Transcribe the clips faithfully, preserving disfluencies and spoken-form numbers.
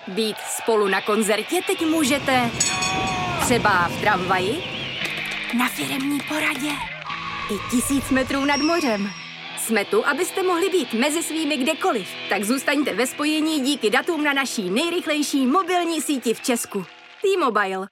Být spolu na koncertě teď můžete třeba v tramvaji, na firemní poradě i tisíc metrů nad mořem. Jsme tu, abyste mohli být mezi svými kdekoliv. Tak zůstaňte ve spojení díky datům na naší nejrychlejší mobilní síti v Česku. T-Mobile.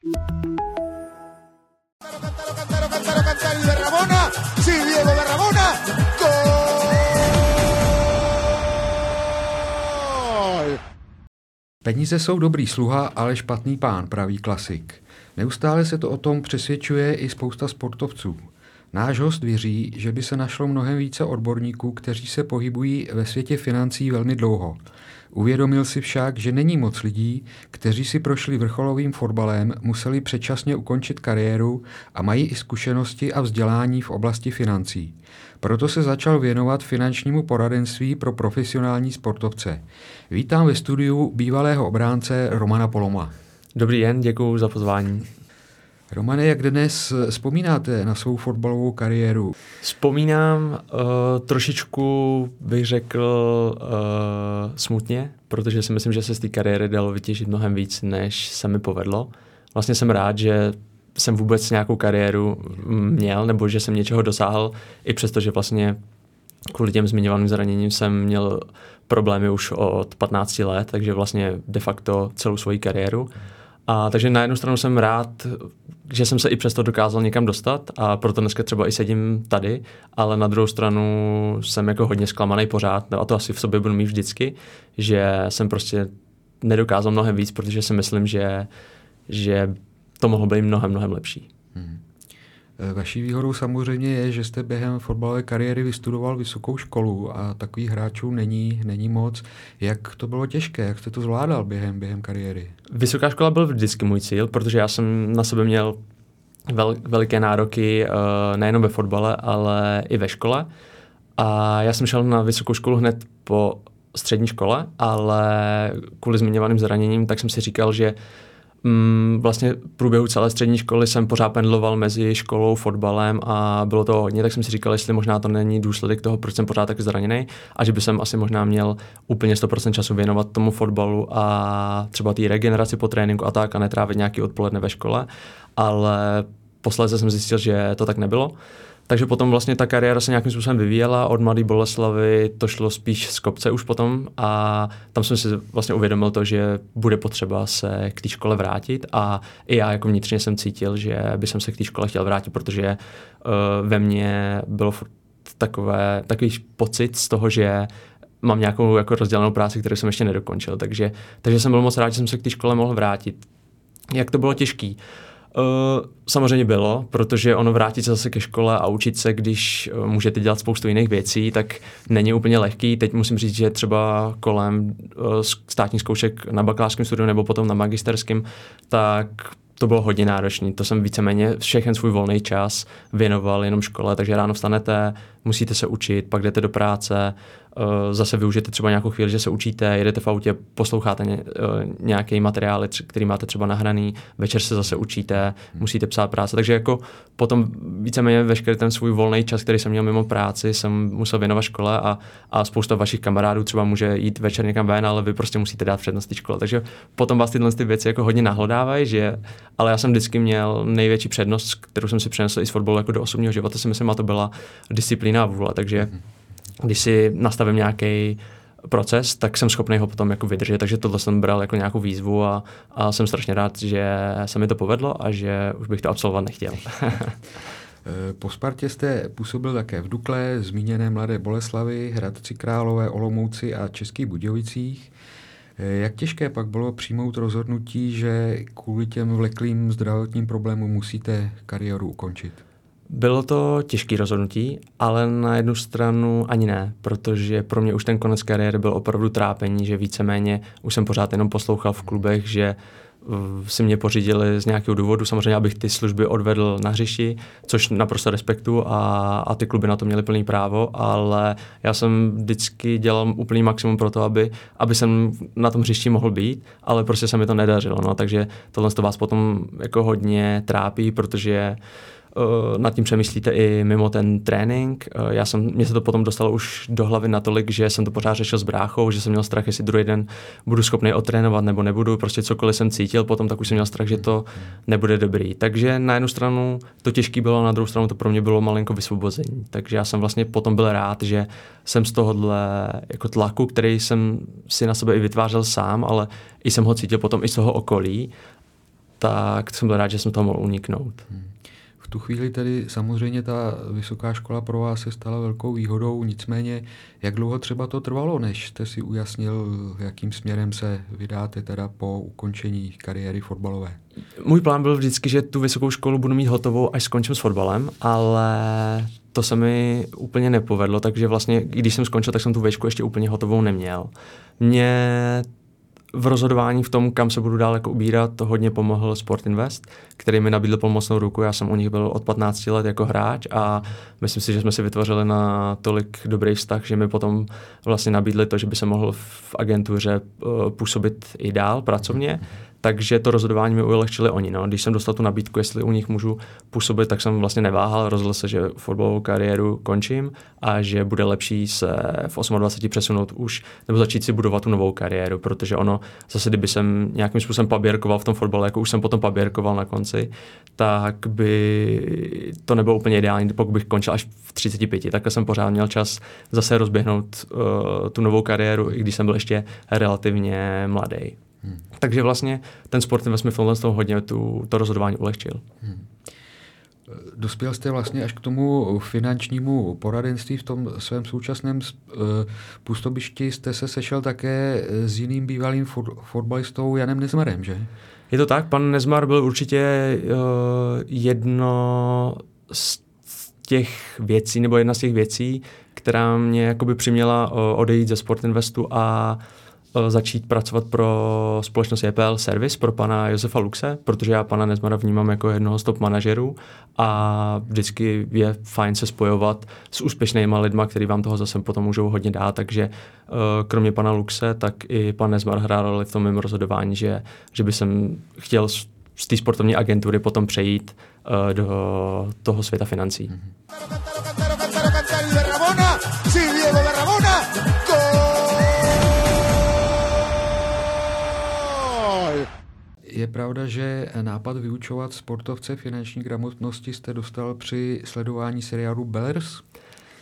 Peníze jsou dobrý sluha, ale špatný pán, praví klasik. Neustále se to o tom přesvědčuje i spousta sportovců. Náš host věří, že by se našlo mnohem více odborníků, kteří se pohybují ve světě financí velmi dlouho. Uvědomil si však, že není moc lidí, kteří si prošli vrcholovým fotbalem, museli předčasně ukončit kariéru a mají i zkušenosti a vzdělání v oblasti financí. Proto se začal věnovat finančnímu poradenství pro profesionální sportovce. Vítám ve studiu bývalého obránce Romana Poloma. Dobrý den, děkuji za pozvání. Romane, jak dnes vzpomínáte na svou fotbalovou kariéru? Vzpomínám uh, trošičku, bych řekl, uh, smutně, protože si myslím, že se z té kariéry dalo vytěžit mnohem víc, než se mi povedlo. Vlastně jsem rád, že jsem vůbec nějakou kariéru měl, nebo že jsem něčeho dosáhl, i přesto, že vlastně kvůli těm zmiňovaným zraněním jsem měl problémy už od patnácti let, takže vlastně de facto celou svoji kariéru. A takže na jednu stranu jsem rád, že jsem se i přesto dokázal někam dostat a proto dneska třeba i sedím tady, ale na druhou stranu jsem jako hodně zklamaný pořád, a to asi v sobě budu mít vždycky, že jsem prostě nedokázal mnohem víc, protože si myslím, že, že to mohlo být mnohem, mnohem lepší. Hmm. Vaší výhodou samozřejmě je, že jste během fotbalové kariéry vystudoval vysokou školu a takových hráčů není, není moc. Jak to bylo těžké? Jak jste to zvládal během, během kariéry? Vysoká škola byl vždycky můj cíl, protože já jsem na sebe měl vel, veliké nároky nejenom ve fotbale, ale i ve škole. A já jsem šel na vysokou školu hned po střední škole, ale kvůli zmiňovaným zraněním, tak jsem si říkal, že vlastně v průběhu celé střední školy jsem pořád pendloval mezi školou, fotbalem a bylo to hodně, tak jsem si říkal, jestli možná to není důsledek toho, proč jsem pořád tak zraněný a že by jsem asi možná měl úplně sto procent času věnovat tomu fotbalu a třeba té regeneraci po tréninku a tak a netrávit nějaký odpoledne ve škole, ale posledně jsem zjistil, že to tak nebylo. Takže potom vlastně ta kariéra se nějakým způsobem vyvíjela, od Mladé Boleslavi to šlo spíš z kopce už potom a tam jsem si vlastně uvědomil to, že bude potřeba se k té škole vrátit a i já jako vnitřně jsem cítil, že by jsem se k té škole chtěl vrátit, protože uh, ve mně bylo takové, takový pocit z toho, že mám nějakou jako rozdělenou práci, kterou jsem ještě nedokončil, takže, takže jsem byl moc rád, že jsem se k té škole mohl vrátit. Jak to bylo těžký? Uh, samozřejmě bylo, protože ono vrátit se zase ke škole a učit se, když uh, můžete dělat spoustu jiných věcí, tak není úplně lehký. Teď musím říct, že třeba kolem uh, státních zkoušek na bakalářském studiu nebo potom na magisterském, tak to bylo hodně náročné. To jsem víceméně všechen svůj volný čas věnoval jenom škole, takže ráno vstanete, musíte se učit, pak jdete do práce, zase využijete třeba nějakou chvíli, že se učíte, jedete v autě, posloucháte ně, nějaký materiály, který máte třeba nahraný, večer se zase učíte, musíte psát práce, takže jako potom víceméně veškerý ten svůj volný čas, který jsem měl mimo práci, jsem musel věnovat škole a, a spousta vašich kamarádů třeba může jít večer někam ven, ale vy prostě musíte dát přednost té škole, takže potom vás tyhle ty věci jako hodně nahlodávají, že, ale já jsem vždycky měl největší přednost, kterou jsem si přenesl i z fotbalu jako do osobního života, si myslím, a to byla disciplína a vůle, takže když si nastavím nějaký proces, tak jsem schopný ho potom jako vydržet, takže tohle jsem bral jako nějakou výzvu a, a jsem strašně rád, že se mi to povedlo a že už bych to absolvovat nechtěl. Po Spartě jste působil také v Dukle, zmíněné Mladé Boleslavi, Hradci Králové, Olomouci a Českých Budějovicích. Jak těžké pak bylo přijmout rozhodnutí, že kvůli těm vleklým zdravotním problémům musíte kariéru ukončit? Bylo to těžké rozhodnutí, ale na jednu stranu ani ne, protože pro mě už ten konec kariéry byl opravdu trápení, že víceméně už jsem pořád jenom poslouchal v klubech, že si mě pořídili z nějakého důvodu, samozřejmě abych ty služby odvedl na hřišti, což naprosto respektu a, a ty kluby na to měly plný právo, ale já jsem vždycky dělal úplný maximum pro to, aby, aby jsem na tom hřišti mohl být, ale prostě se mi to nedařilo, no, takže tohle to vás potom jako hodně trápí, protože Uh, nad tím přemýšlíte i mimo ten trénink. Uh, já jsem, mě se to potom dostalo už do hlavy natolik, že jsem to pořád řešil s bráchou, že jsem měl strach, jestli druhý den budu schopný odtrénovat nebo nebudu. Prostě cokoliv jsem cítil, potom tak už jsem měl strach, že to nebude dobrý. Takže na jednu stranu to těžké bylo, na druhou stranu to pro mě bylo malinko vysvobození. Takže já jsem vlastně potom byl rád, že jsem z tohohle jako tlaku, který jsem si na sebe i vytvářel sám, ale i jsem ho cítil potom i z toho okolí, tak jsem byl rád, že jsem toho mohl uniknout. Hmm. V tu chvíli tedy samozřejmě ta vysoká škola pro vás se stala velkou výhodou, nicméně jak dlouho třeba to trvalo, než jste si ujasnil, jakým směrem se vydáte teda po ukončení kariéry fotbalové? Můj plán byl vždycky, že tu vysokou školu budu mít hotovou, až skončím s fotbalem, ale to se mi úplně nepovedlo, takže vlastně, když jsem skončil, tak jsem tu výšku ještě úplně hotovou neměl. Mě v rozhodování v tom, kam se budu dál jako ubírat, to hodně pomohl Sport Invest, který mi nabídl pomocnou ruku. Já jsem u nich byl od patnácti let jako hráč a myslím si, že jsme si vytvořili na tolik dobrý vztah, že mi potom vlastně nabídli to, že by se mohl v agentuře uh, působit i dál pracovně. Takže to rozhodování mi ulehčili oni. No. Když jsem dostal tu nabídku, jestli u nich můžu působit, tak jsem vlastně neváhal. Rozhodl se, že fotbalovou kariéru končím a že bude lepší se v dvaceti osmi přesunout už nebo začít si budovat tu novou kariéru, protože ono zase, kdyby jsem nějakým způsobem paběrkoval v tom fotbale, jako už jsem potom paběrkoval na konci, tak by to nebylo úplně ideální, pokud bych končil až v třiceti pěti. Takhle jsem pořád měl čas zase rozběhnout uh, tu novou kariéru, i když jsem byl ještě relativně mladý. Hmm. Takže vlastně ten Sport Invest mi v tomhle z toho hodně tu, to rozhodování ulehčil. Hmm. Dospěl jste vlastně až k tomu finančnímu poradenství v tom svém současném uh, působišti. Jste se sešel také s jiným bývalým fot- fotbalistou Janem Nezmarem, že? Je to tak, pan Nezmar byl určitě uh, jedno z těch věcí, nebo jedna z těch věcí, která mě jakoby přiměla uh, odejít ze Sport Investu a začít pracovat pro společnost J P L Service, pro pana Josefa Luxe, protože já pana Nezmara vnímám jako jednoho z top manažerů a vždycky je fajn se spojovat s úspěšnýma lidma, kteří vám toho zase potom můžou hodně dát, takže kromě pana Luxe, tak i pan Nezmar hrál roli v tom mém rozhodování, že, že by jsem chtěl z té sportovní agentury potom přejít do toho světa financí. Mm-hmm. Je pravda, že nápad vyučovat sportovce finanční gramotnosti jste dostal při sledování seriálu Bellers? Uh,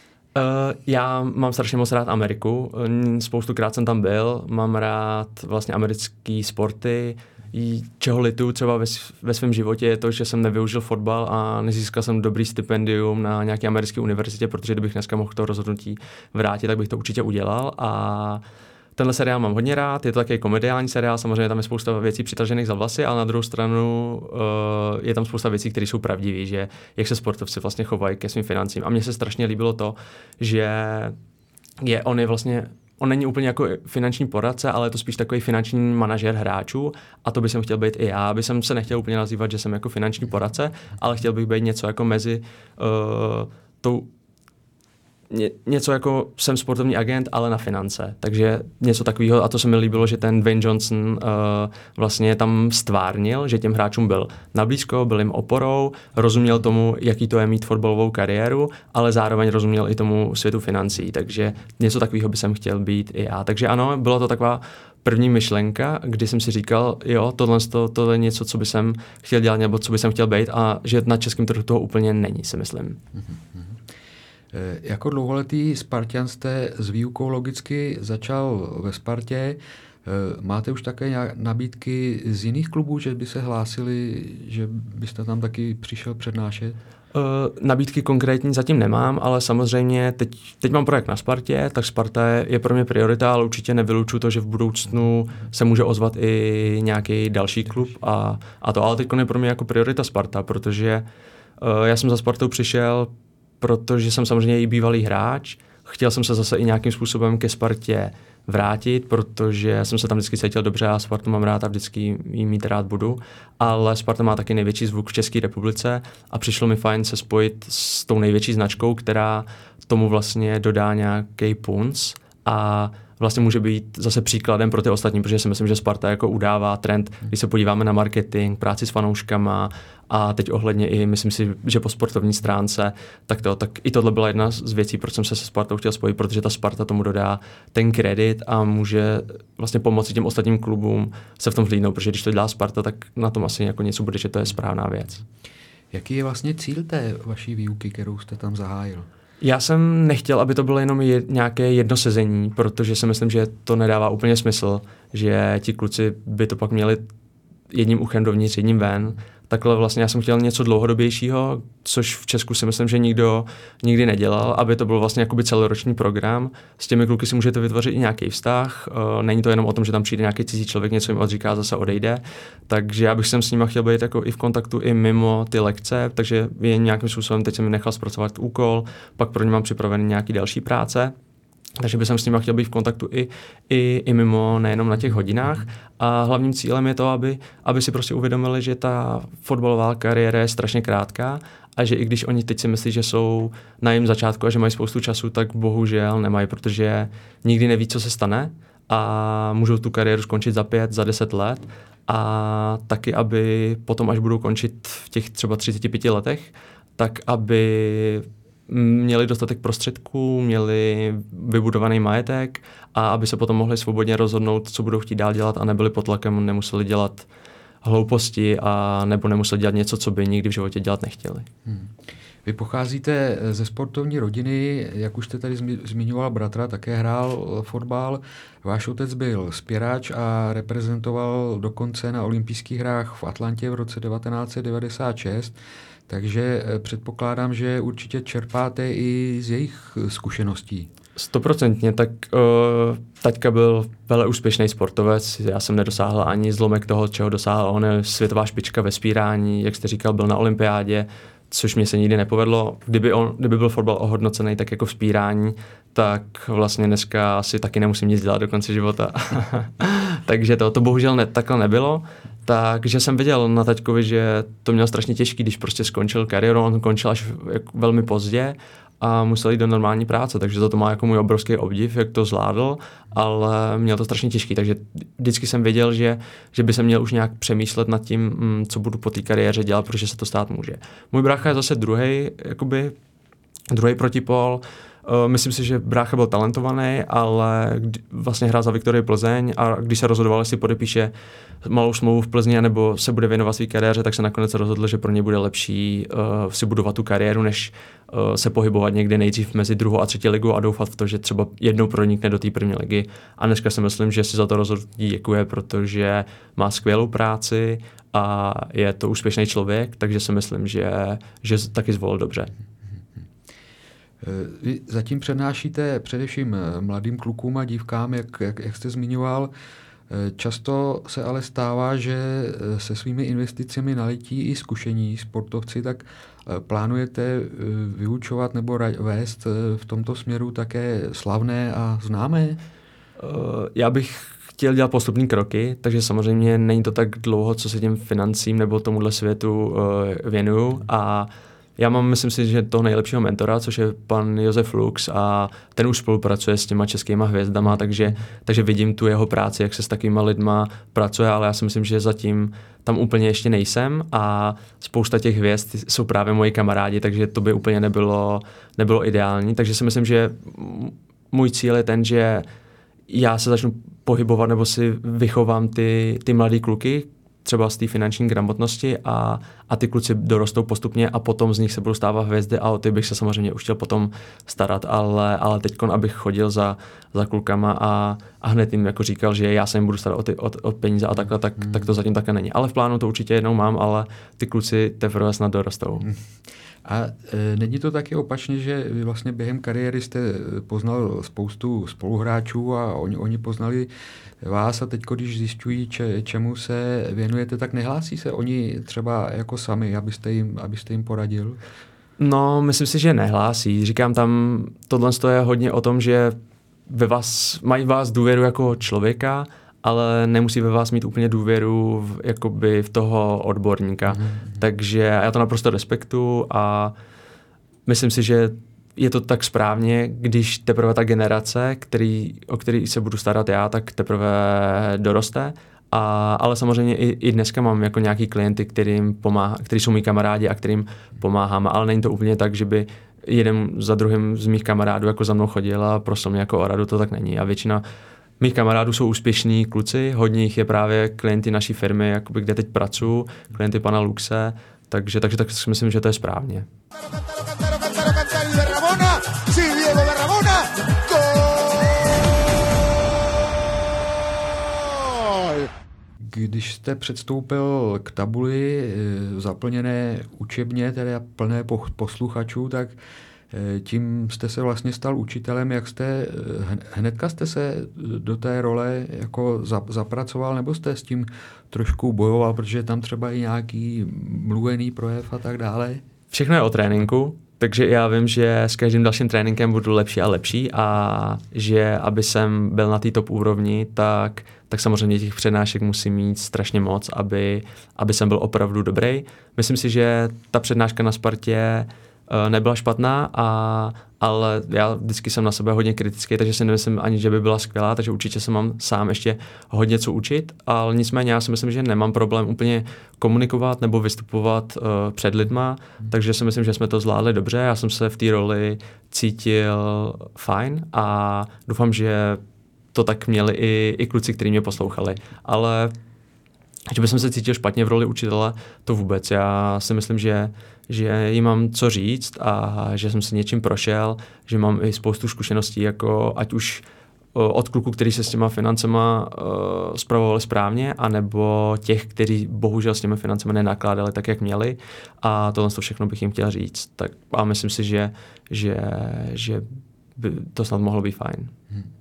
já mám strašně moc rád Ameriku, spoustukrát jsem tam byl, mám rád vlastně americké sporty, čeho lituju třeba ve, ve svém životě je to, že jsem nevyužil fotbal a nezískal jsem dobrý stipendium na nějaké americké univerzitě, protože kdybych dneska mohl to rozhodnutí vrátit, tak bych to určitě udělal a tenhle seriál mám hodně rád, je to takový komediální seriál, samozřejmě tam je spousta věcí přitažených za vlasy, ale na druhou stranu uh, je tam spousta věcí, které jsou pravdivé, že jak se sportovci vlastně chovají ke svým financím. A mně se strašně líbilo to, že je, on je vlastně, on není úplně jako finanční poradce, ale je to spíš takový finanční manažer hráčů a to by jsem chtěl být i já. Aby jsem se nechtěl úplně nazývat, že jsem jako finanční poradce, ale chtěl bych být něco jako mezi uh, tou Ně, něco jako jsem sportovní agent, ale na finance. Takže něco takového a to se mi líbilo, že ten Dwayne Johnson uh, vlastně tam stvárnil, že těm hráčům byl nablízko, byl jim oporou, rozuměl tomu, jaký to je mít fotbalovou kariéru, ale zároveň rozuměl i tomu světu financí. Takže něco takového by jsem chtěl být i já. Takže ano, byla to taková první myšlenka, kdy jsem si říkal, jo, tohle to, to je něco, co by jsem chtěl dělat nebo co by jsem chtěl být a že na českém trhu toho úplně není, si myslím. Mm-hmm. Jako dlouholetý Spartan jste s výukou logicky začal ve Spartě. Máte už také nabídky z jiných klubů, že by se hlásili, že byste tam taky přišel přednášet? Uh, nabídky konkrétní zatím nemám, ale samozřejmě teď, teď mám projekt na Spartě, tak Sparta je, je pro mě priorita, ale určitě nevylučuju to, že v budoucnu se může ozvat i nějaký další klub a, a to, ale teď je pro mě jako priorita Sparta, protože uh, já jsem za Spartou přišel, protože jsem samozřejmě i bývalý hráč, chtěl jsem se zase i nějakým způsobem ke Spartě vrátit, protože jsem se tam vždycky cítil dobře a Spartu mám rád a vždycky jí mít rád budu, ale Sparta má taky největší zvuk v České republice a přišlo mi fajn se spojit s tou největší značkou, která tomu vlastně dodá nějaký punc a vlastně může být zase příkladem pro ty ostatní, protože si myslím, že Sparta jako udává trend, když se podíváme na marketing, práci s fanouškama a teď ohledně i, myslím si, že po sportovní stránce, tak to, tak i tohle byla jedna z věcí, proč jsem se se Spartou chtěl spojit, protože ta Sparta tomu dodá ten kredit a může vlastně pomoci těm ostatním klubům se v tom vlídnout, protože když to dělá Sparta, tak na tom asi jako něco bude, že to je správná věc. Jaký je vlastně cíl té vaší výuky, kterou jste tam zahájil? Já jsem nechtěl, aby to bylo jenom je, nějaké jedno sezení, protože si myslím, že to nedává úplně smysl, že ti kluci by to pak měli jedním uchem dovnitř, jedním ven. Takhle vlastně já jsem chtěl něco dlouhodobějšího, což v Česku si myslím, že nikdo nikdy nedělal, aby to byl vlastně jakoby celoroční program. S těmi kluky si můžete vytvořit i nějaký vztah. Není to jenom o tom, že tam přijde nějaký cizí člověk, něco jim odříká, zase odejde. Takže já bych jsem s nimi chtěl být jako i v kontaktu i mimo ty lekce, takže je nějakým způsobem teď jsem mi nechal zpracovat úkol, pak pro ně mám připravený nějaký další práce. Takže bych s nimi chtěl být v kontaktu i, i, i mimo, nejenom na těch hodinách. A hlavním cílem je to, aby, aby si prostě uvědomili, že ta fotbalová kariéra je strašně krátká a že i když oni teď si myslí, že jsou na jejím začátku a že mají spoustu času, tak bohužel nemají, protože nikdy neví, co se stane a můžou tu kariéru skončit za pět, za deset let a taky, aby potom, až budou končit v těch třeba třiceti pěti letech, tak aby měli dostatek prostředků, měli vybudovaný majetek a aby se potom mohli svobodně rozhodnout, co budou chtít dál dělat a nebyli pod tlakem, nemuseli dělat hlouposti a nebo nemuseli dělat něco, co by nikdy v životě dělat nechtěli. Hmm. Vy pocházíte ze sportovní rodiny, jak už jste tady zmiňoval bratra, také hrál fotbal. Váš otec byl zpěrač a reprezentoval dokonce na olympijských hrách v Atlantě v roce devatenáct set devadesát šest. Takže předpokládám, že určitě čerpáte i z jejich zkušeností. Stoprocentně, tak uh, taťka byl velmi úspěšný sportovec, já jsem nedosáhl ani zlomek toho, čeho dosáhl, on je světová špička ve spírání, jak jste říkal, byl na olympiádě, což mě se nikdy nepovedlo. Kdyby, on, kdyby byl fotbal ohodnocený tak jako v spírání, tak vlastně dneska asi taky nemusím nic dělat do konce života. Takže to, to bohužel ne, takhle nebylo. Takže jsem viděl na taťkovi, že to měl strašně těžký, když prostě skončil kariéru, on končil až velmi pozdě a musel jít do normální práce, takže za to má jako můj obrovský obdiv, jak to zvládl, ale měl to strašně těžký, takže vždycky jsem věděl, že, že by se měl už nějak přemýšlet nad tím, co budu po té kariéře dělat, protože se to stát může. Můj brácha je zase druhý, jakoby druhý protipol. Myslím si, že brácha byl talentovaný, ale kdy, vlastně hrál za Viktorii Plzeň a když se rozhodoval, jestli podepíše malou smlouvu v Plzni nebo se bude věnovat své kariéře, tak se nakonec rozhodl, že pro ně bude lepší uh, si budovat tu kariéru, než uh, se pohybovat někde nejdřív mezi druhou a třetí ligou a doufat v to, že třeba jednou pronikne do té první ligy. A dneska si myslím, že si za to rozhodnutí děkuje, protože má skvělou práci a je to úspěšný člověk, takže si myslím, že, že taky zvolil dobře. Vy zatím přednášíte především mladým klukům a dívkám, jak, jak, jak jste zmiňoval. Často se ale stává, že se svými investicemi naletí i zkušení sportovci, tak plánujete vyučovat nebo vést v tomto směru také slavné a známé? Já bych chtěl dělat postupní kroky, takže samozřejmě není to tak dlouho, co se těm financím nebo tomuhle světu věnuju a já mám, myslím si, že toho nejlepšího mentora, což je pan Josef Lux a ten už spolupracuje s těma českýma hvězdama, takže, takže vidím tu jeho práci, jak se s takovýma lidma pracuje, ale já si myslím, že zatím tam úplně ještě nejsem a spousta těch hvězd jsou právě moji kamarádi, takže to by úplně nebylo, nebylo ideální. Takže si myslím, že můj cíl je ten, že já se začnu pohybovat nebo si vychovám ty, ty mladý kluky, třeba z té finanční gramotnosti a, a ty kluci dorostou postupně a potom z nich se budou stávat hvězdy a o ty bych se samozřejmě už chtěl potom starat, ale, ale teďkon, abych chodil za, za klukama a, a hned jim jako říkal, že já se jim budu starat o, ty, o, o peníze a takhle, tak, hmm. tak to zatím také není. Ale v plánu to určitě jednou mám, ale ty kluci teprve snad dorostou. Hmm. A e, není to taky opačně, že vy vlastně během kariéry jste poznal spoustu spoluhráčů a oni, oni poznali vás a teď, když zjišťují, če, čemu se věnujete, tak nehlásí se oni třeba jako sami, abyste jim, abyste jim poradil? No, myslím si, že nehlásí. Říkám tam, tohle je hodně o tom, že ve vás, mají vás důvěru jako člověka, ale nemusí ve vás mít úplně důvěru v, jakoby v toho odborníka. Mm. Takže já to naprosto respektuju a myslím si, že je to tak správně, když teprve ta generace, který, o který se budu starat já, tak teprve doroste. A, ale samozřejmě i, i dneska mám jako nějaký klienty, kterým pomáhá, kteří jsou mý kamarádi a kterým pomáhám, ale není to úplně tak, že by jeden za druhým z mých kamarádů jako za mnou chodil a prosil mě jako o radu, to tak není. A většina mých kamarádů jsou úspěšní kluci, hodně jich je právě klienty naší firmy, jakoby, kde teď pracuji, klienty pana Luxe, takže, takže tak si myslím, že to je správně. Když jste předstoupil k tabuli zaplněné učebně, tedy plné posluchačů, tak tím jste se vlastně stal učitelem. Jak jste, hnedka jste se do té role jako zapracoval, nebo jste s tím trošku bojoval, protože tam třeba i nějaký mluvený projev a tak dále? Všechno je o tréninku, takže já vím, že s každým dalším tréninkem budu lepší a lepší a že aby jsem byl na té top úrovni, tak, tak samozřejmě těch přednášek musím mít strašně moc, aby, aby jsem byl opravdu dobrý. Myslím si, že ta přednáška na Spartě nebyla špatná, a, ale já vždycky jsem na sebe hodně kritický, takže si nemyslím ani, že by byla skvělá, takže určitě se mám sám ještě hodně co učit, ale nicméně já si myslím, že nemám problém úplně komunikovat nebo vystupovat uh, před lidma, hmm. takže si myslím, že jsme to zvládli dobře, já jsem se v té roli cítil fajn a doufám, že to tak měli i, i kluci, kteří mě poslouchali, ale že bych se cítil špatně v roli učitele, to vůbec. Já si myslím, že, že jim mám co říct a že jsem si něčím prošel, že mám i spoustu zkušeností, jako ať už od kluků, kteří se s těma financema uh, spravovali správně, anebo těch, kteří bohužel s těmi financemi nenakládali tak, jak měli. A tohle to všechno bych jim chtěl říct. Tak, a myslím si, že, že, že by to snad mohlo být fajn. Hmm.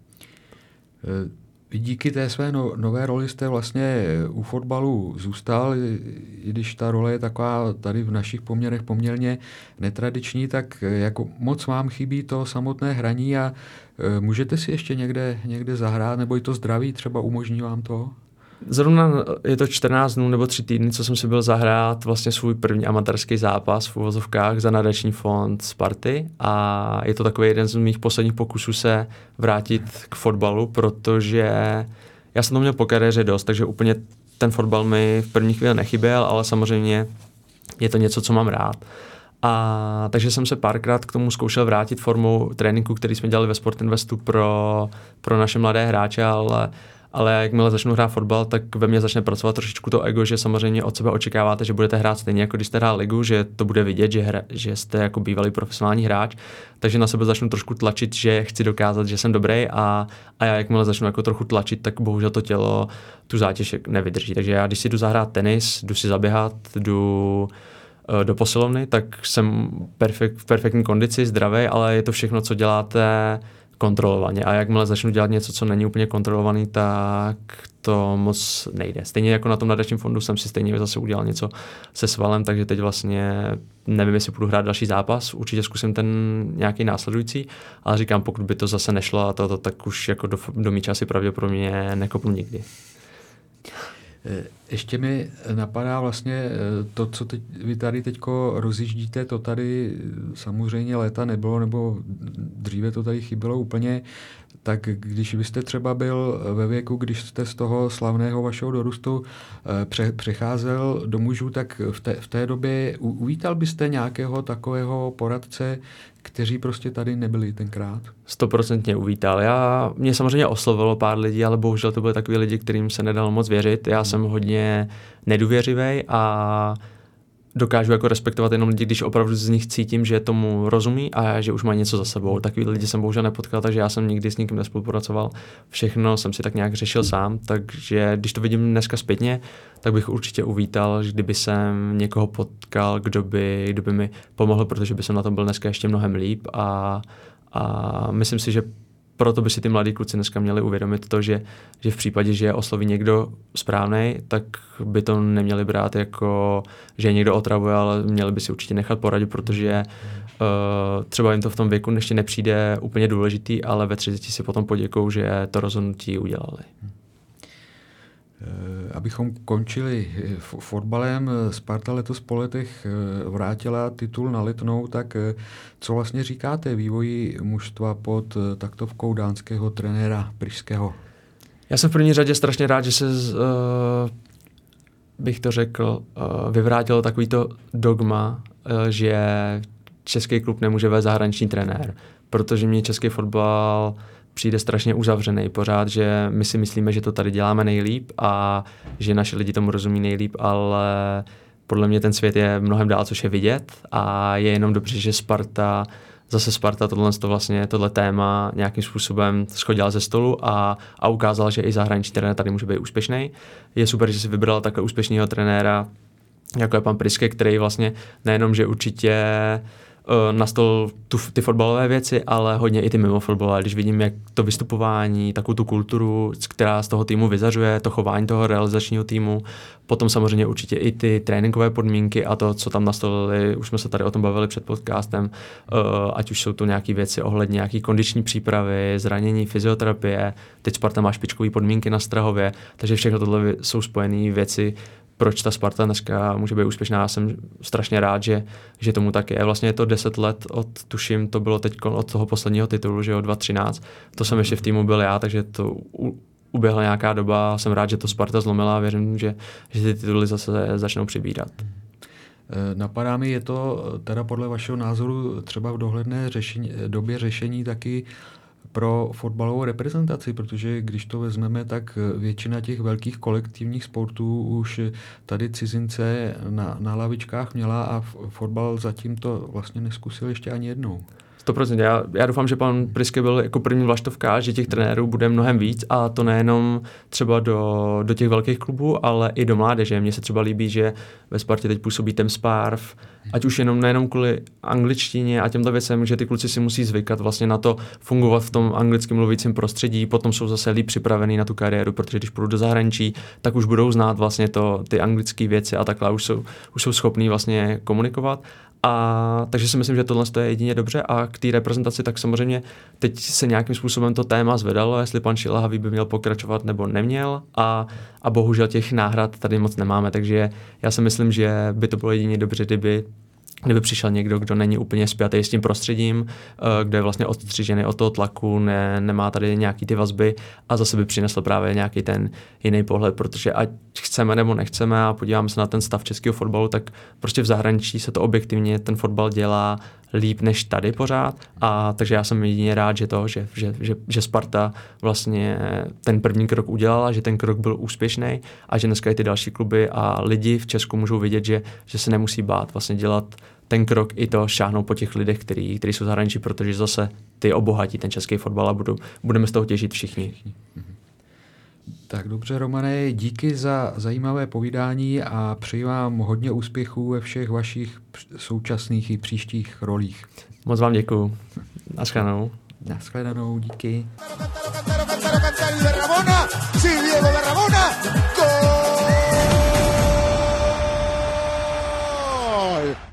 Uh. Díky té své no, nové roli jste vlastně u fotbalu zůstal, i když ta role je taková tady v našich poměrech poměrně netradiční, tak jako moc vám chybí to samotné hraní a e, můžete si ještě někde, někde zahrát, nebo i to zdraví třeba umožní vám to? Zrovna je to čtrnáct dnů nebo tři týdny, co jsem si byl zahrát vlastně svůj první amatérský zápas v uvozovkách za nadační fond Sparty a je to takový jeden z mých posledních pokusů se vrátit k fotbalu, protože já jsem to měl po kariéře dost, takže úplně ten fotbal mi v první chvíli nechyběl, ale samozřejmě je to něco, co mám rád. A takže jsem se párkrát k tomu zkoušel vrátit formou tréninku, který jsme dělali ve Sportinvestu pro, pro naše mladé hráče, ale Ale jakmile začnu hrát fotbal, tak ve mně začne pracovat trošičku to ego, že samozřejmě od sebe očekáváte, že budete hrát stejně, jako když jste hrál ligu, že to bude vidět, že, hra, že jste jako bývalý profesionální hráč, takže na sebe začnu trošku tlačit, že chci dokázat, že jsem dobrý a, a já jakmile začnu jako trochu tlačit, tak bohužel to tělo tu zátěž nevydrží. Takže já, když si jdu zahrát tenis, jdu si zaběhat, jdu do posilovny, tak jsem perfekt, v perfektní kondici, zdravý, ale je to všechno, co děláte kontrolovaně. A jakmile začnu dělat něco, co není úplně kontrolovaný, tak to moc nejde. Stejně jako na tom nadačním fondu jsem si stejně zase udělal něco se svalem, takže teď vlastně nevím, jestli budu hrát další zápas, určitě zkusím ten nějaký následující, ale říkám, pokud by to zase nešlo a to, to tak už jako do, do míče asi pravděpodobně nekopnu nikdy. Ještě mi napadá vlastně to, co teď, vy tady teďko rozjíždíte, to tady samozřejmě léta nebylo, nebo dříve to tady chybělo úplně, tak když byste třeba byl ve věku, když jste z toho slavného vašeho dorůstu pře, přecházel do mužů, tak v té, v té době uvítal byste nějakého takového poradce, kteří prostě tady nebyli tenkrát? Stoprocentně uvítal. Já, mě samozřejmě oslovilo pár lidí, ale bohužel to byly takový lidi, kterým se nedalo moc věřit. Já hmm. jsem hodně nedůvěřivý a dokážu jako respektovat jenom lidi, když opravdu z nich cítím, že tomu rozumí a že už mají něco za sebou. Takový lidi jsem bohužel nepotkal, takže já jsem nikdy s nikým nespolupracoval. Všechno jsem si tak nějak řešil sám, takže když to vidím dneska zpětně, tak bych určitě uvítal, kdyby jsem někoho potkal, kdo by, kdo by mi pomohl, protože by jsem na tom byl dneska ještě mnohem líp a, a myslím si, že proto by si ty mladí kluci dneska měli uvědomit to, že, že v případě, že je osloví někdo správnej, tak by to neměli brát jako, že je někdo otravuje, ale měli by si určitě nechat poradit, protože uh, třeba jim to v tom věku ještě nepřijde úplně důležitý, ale ve třiceti si potom poděkou, že to rozhodnutí udělali. Abychom končili fotbalem, Sparta letos po letech vrátila titul na Letnou, tak co vlastně říkáte vývoji mužstva pod taktovkou dánského trenéra Priského? Já jsem v první řadě strašně rád, že se, uh, bych to řekl, uh, vyvrátilo takovýto dogma, uh, že český klub nemůže vést zahraniční trenér, protože mě český fotbal přijde strašně uzavřený pořád, že my si myslíme, že to tady děláme nejlíp a že naši lidi tomu rozumí nejlíp, ale podle mě ten svět je mnohem dál, což je vidět a je jenom dobře, že Sparta, zase Sparta tohle, to vlastně, tohle téma nějakým způsobem schodila ze stolu a, a ukázala, že i zahraniční trenér tady může být úspěšný. Je super, že si vybral takhle úspěšného trenéra, jako je pan Priske, který vlastně nejenom, že určitě nastol tu, ty fotbalové věci, ale hodně i ty mimo fotbalové. Když vidím, jak to vystupování, takovou tu kulturu, která z toho týmu vyzařuje, to chování toho realizačního týmu, potom samozřejmě určitě i ty tréninkové podmínky a to, co tam nastolili, už jsme se tady o tom bavili před podcastem, ať už jsou to nějaké věci ohledně nějaký kondiční přípravy, zranění, fyzioterapie, teď Sparta má špičkové podmínky na Strahově, takže všechno tohle jsou spojené věci, proč ta Sparta dneska může být úspěšná. Já jsem strašně rád, že, že tomu tak je. Vlastně je to deset let od, tuším, to bylo teď od toho posledního titulu, že jo, dva tisíce třináct. To jsem ještě v týmu byl já, takže to u, uběhla nějaká doba. Jsem rád, že to Sparta zlomila a věřím, že, že ty tituly zase začnou přibírat. Napadá mi, je to teda podle vašeho názoru třeba v dohledné řešení, době řešení taky pro fotbalovou reprezentaci, protože když to vezmeme, tak většina těch velkých kolektivních sportů už tady cizince na, na lavičkách měla a fotbal zatím to vlastně neskusil ještě ani jednou. sto procent. Já, já doufám, že pan Priske byl jako první vlaštovka, že těch trenérů bude mnohem víc a to nejenom třeba do, do těch velkých klubů, ale i do mládeže. Mně se třeba líbí, že ve Spartě teď působí ten Sparv, ať už jenom nejenom kvůli angličtině a těmto věcem, že ty kluci si musí zvykat vlastně na to fungovat v tom anglicky mluvícím prostředí, potom jsou zase líp připravený na tu kariéru, protože když půjdou do zahraničí, tak už budou znát vlastně to, ty anglické věci a takhle už jsou, už jsou schopní vlastně komunikovat. A takže si myslím, že tohle je jedině dobře a k té reprezentaci tak samozřejmě teď se nějakým způsobem to téma zvedalo, jestli pan Šilhavý by měl pokračovat nebo neměl a, a bohužel těch náhrad tady moc nemáme, takže já si myslím, že by to bylo jedině dobře, kdyby kdyby přišel někdo, kdo není úplně spjatý s tím prostředím, kdo je vlastně odstřižený od toho tlaku, ne, nemá tady nějaký ty vazby a zase by přinesl právě nějaký ten jiný pohled, protože ať chceme nebo nechceme a podíváme se na ten stav českého fotbalu, tak prostě v zahraničí se to objektivně ten fotbal dělá líp než tady pořád a takže já jsem jedině rád, že to, že, že, že, že Sparta vlastně ten první krok udělala, že ten krok byl úspěšný a že dneska i ty další kluby a lidi v Česku můžou vidět, že, že se nemusí bát vlastně dělat ten krok i to šáhnout po těch lidech, který, který jsou v zahraničí, protože zase ty obohatí ten český fotbal a budou, budeme z toho těžit všichni. Tak dobře, Romane, díky za zajímavé povídání a přeji vám hodně úspěchů ve všech vašich současných i příštích rolích. Moc vám děkuju. Naschledanou. Naschledanou, díky. Gol!